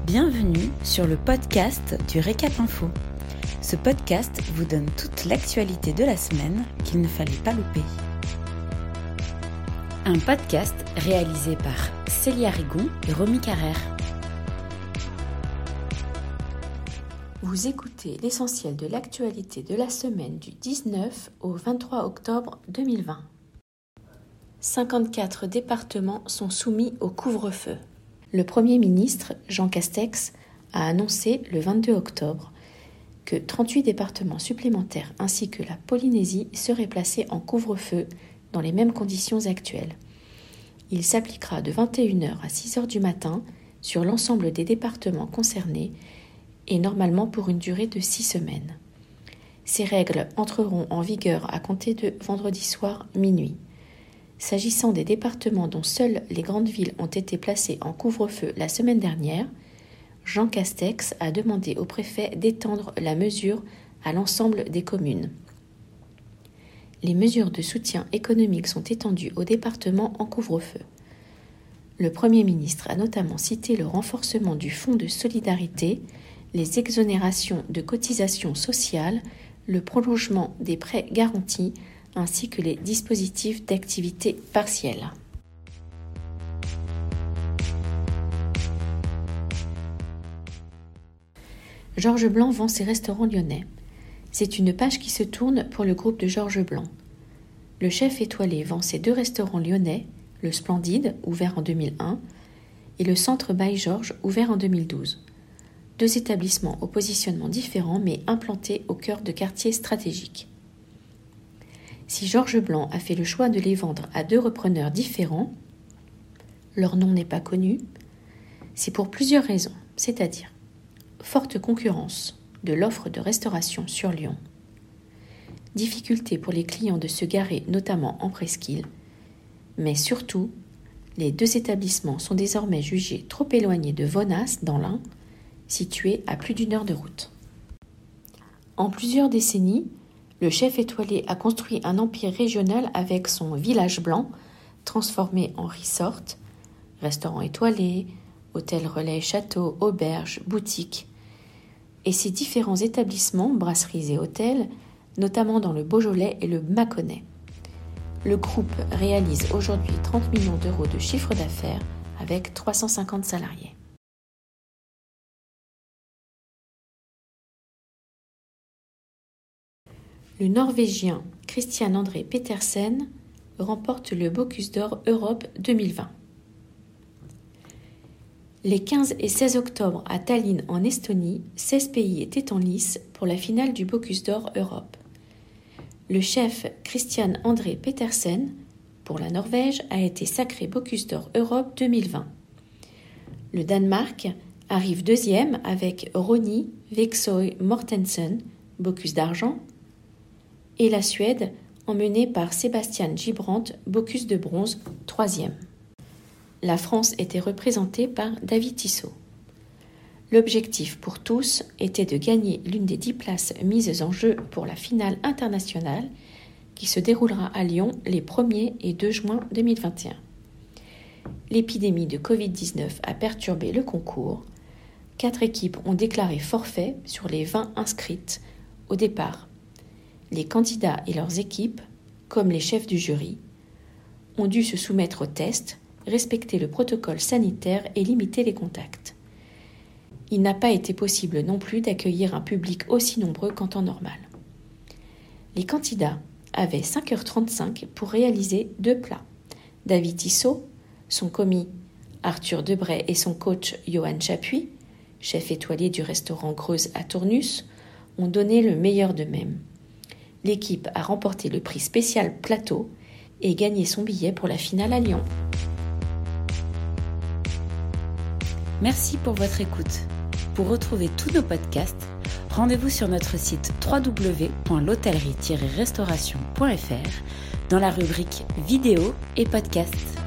Bienvenue sur le podcast du Récap Info. Ce podcast vous donne toute l'actualité de la semaine qu'il ne fallait pas louper. Un podcast réalisé par Célia Rigon et Romy Carrère. Vous écoutez l'essentiel de l'actualité de la semaine du 19 au 23 octobre 2020. 54 départements sont soumis au couvre-feu. Le Premier ministre, Jean Castex, a annoncé le 22 octobre que 38 départements supplémentaires ainsi que la Polynésie seraient placés en couvre-feu dans les mêmes conditions actuelles. Il s'appliquera de 21h à 6h du matin sur l'ensemble des départements concernés et normalement pour une durée de 6 semaines. Ces règles entreront en vigueur à compter de vendredi soir minuit. S'agissant des départements dont seules les grandes villes ont été placées en couvre-feu la semaine dernière, Jean Castex a demandé au préfet d'étendre la mesure à l'ensemble des communes. Les mesures de soutien économique sont étendues aux départements en couvre-feu. Le Premier ministre a notamment cité le renforcement du fonds de solidarité, les exonérations de cotisations sociales, le prolongement des prêts garantis, ainsi que les dispositifs d'activité partielle. Georges Blanc vend ses restaurants lyonnais. C'est une page qui se tourne pour le groupe de Georges Blanc. Le chef étoilé vend ses 2 restaurants lyonnais, le Splendide, ouvert en 2001, et le Centre by Georges, ouvert en 2012. 2 établissements au positionnement différent mais implantés au cœur de quartiers stratégiques. Si Georges Blanc a fait le choix de les vendre à 2 repreneurs différents, leur nom n'est pas connu, c'est pour plusieurs raisons, c'est-à-dire forte concurrence de l'offre de restauration sur Lyon, difficulté pour les clients de se garer notamment en presqu'île, mais surtout, les 2 établissements sont désormais jugés trop éloignés de Vonas dans l'Ain, situé à plus d'1 heure de route. En plusieurs décennies, le chef étoilé a construit un empire régional avec son village blanc, transformé en resort, restaurant étoilé, hôtel relais château, auberge, boutique, et ses différents établissements, brasseries et hôtels, notamment dans le Beaujolais et le Mâconnais. Le groupe réalise aujourd'hui 30 millions d'euros de chiffre d'affaires avec 350 salariés. Le Norvégien Christian André Petersen remporte le Bocuse d'Or Europe 2020. Les 15 et 16 octobre à Tallinn en Estonie, 16 pays étaient en lice pour la finale du Bocuse d'Or Europe. Le chef Christian André Petersen, pour la Norvège, a été sacré Bocuse d'Or Europe 2020. Le Danemark arrive 2e avec Ronny Veksøy Mortensen, Bocuse d'argent, et la Suède, emmenée par Sébastien Gibrandt, Bocuse de bronze, 3e. La France était représentée par David Tissot. L'objectif pour tous était de gagner l'une des 10 places mises en jeu pour la finale internationale qui se déroulera à Lyon les 1er et 2 juin 2021. L'épidémie de Covid-19 a perturbé le concours. 4 équipes ont déclaré forfait sur les 20 inscrites au départ. Les candidats et leurs équipes, comme les chefs du jury, ont dû se soumettre aux tests, respecter le protocole sanitaire et limiter les contacts. Il n'a pas été possible non plus d'accueillir un public aussi nombreux qu'en temps normal. Les candidats avaient 5h35 pour réaliser 2 plats. David Tissot, son commis Arthur Debray et son coach Johan Chapuis, chef étoilé du restaurant Greuze à Tournus, ont donné le meilleur d'eux-mêmes. L'équipe a remporté le prix spécial plateau et gagné son billet pour la finale à Lyon. Merci pour votre écoute. Pour retrouver tous nos podcasts, rendez-vous sur notre site www.l'hôtellerie-restauration.fr dans la rubrique vidéo et podcasts.